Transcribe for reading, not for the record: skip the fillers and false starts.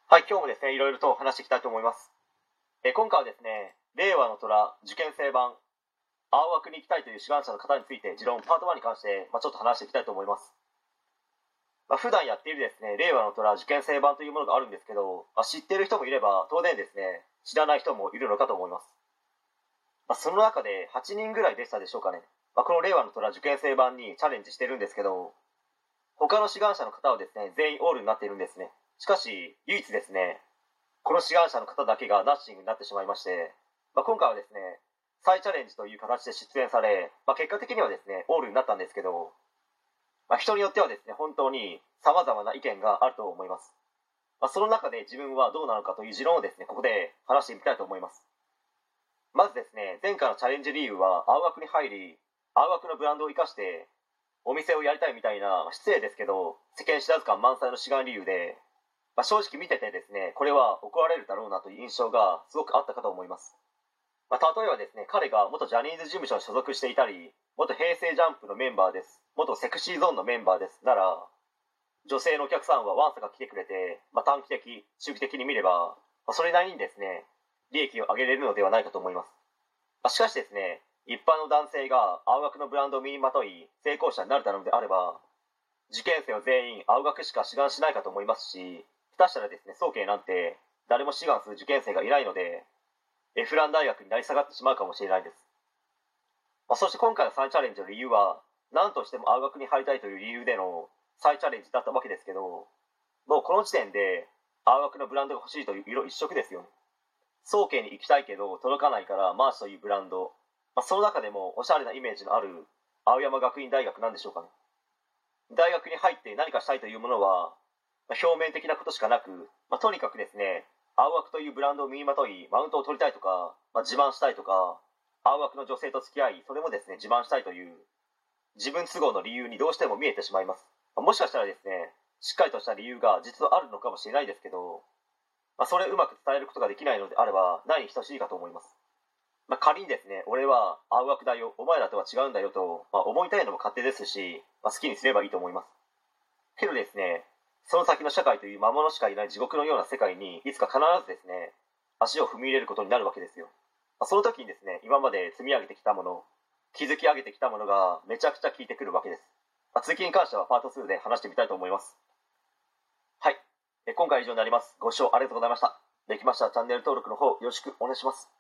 はい、今日もですね、いろいろと話していきたいと思います。今回はですね、令和の虎受験生版青学に行きたいという志願者の方について持論パート1に関して、ちょっと話していきたいと思います。普段やっているですね、令和の虎受験生版というものがあるんですけど、知っている人もいれば当然ですね、知らない人もいるのかと思います。その中で8人ぐらいでしたでしょうかね。この令和の虎受験生版にチャレンジしてるんですけど、他の志願者の方はですね、全員オールになっているんですね。しかし唯一ですね、この志願者の方だけがナッシングになってしまいまして、今回はですね、再チャレンジという形で出演され、結果的にはですね、オールになったんですけど、人によってはですね、本当に様々な意見があると思います。その中で自分はどうなのかという持論をですね、ここで話してみたいと思います。まずですね、前回のチャレンジ理由は、青学に入り、青学のブランドを生かして、お店をやりたいみたいな、失礼ですけど、世間知らず感満載の志願理由で、正直見ててですね、これは怒られるだろうなという印象がすごくあったかと思います。例えばですね、彼が元ジャニーズ事務所に所属していたり、元平成ジャンプのメンバーです、元セクシーゾーンのメンバーですなら、女性のお客さんはわんさか来てくれて、短期的周期的に見れば、それなりにですね、利益を上げれるのではないかと思います。しかしですね、一般の男性が青学のブランドを身にまとい成功者になるためであれば、受験生は全員青学しか志願しないかと思いますし、下手したらですね、早慶なんて誰も志願する受験生がいないので、エフラン大学に成り下がってしまうかもしれないです。そして今回の再チャレンジの理由は、何としても青学に入りたいという理由での再チャレンジだったわけですけど、もうこの時点で青学のブランドが欲しいという色一色ですよね。早慶に行きたいけど届かないからマーチというブランド、その中でもおしゃれなイメージのある青山学院大学なんでしょうかね。大学に入って何かしたいというものは、表面的なことしかなく、とにかくですね、青学というブランドを身にまといマウントを取りたいとか、自慢したいとか、青学の女性と付き合いそれもですね自慢したいという自分都合の理由にどうしても見えてしまいます。もしかしたらですね、しっかりとした理由が実はあるのかもしれないですけど、それをうまく伝えることができないのであればないに等しいかと思います。仮にですね、俺は青学だよ、お前らとは違うんだよと、思いたいのも勝手ですし、好きにすればいいと思います。けどですね、その先の社会という魔物しかいない地獄のような世界にいつか必ずですね、足を踏み入れることになるわけですよ。その時にですね、今まで積み上げてきたもの、築き上げてきたものがめちゃくちゃ効いてくるわけです。続きに関してはパート2で話してみたいと思います。はい、今回は以上になります。ご視聴ありがとうございました。できましたらチャンネル登録の方よろしくお願いします。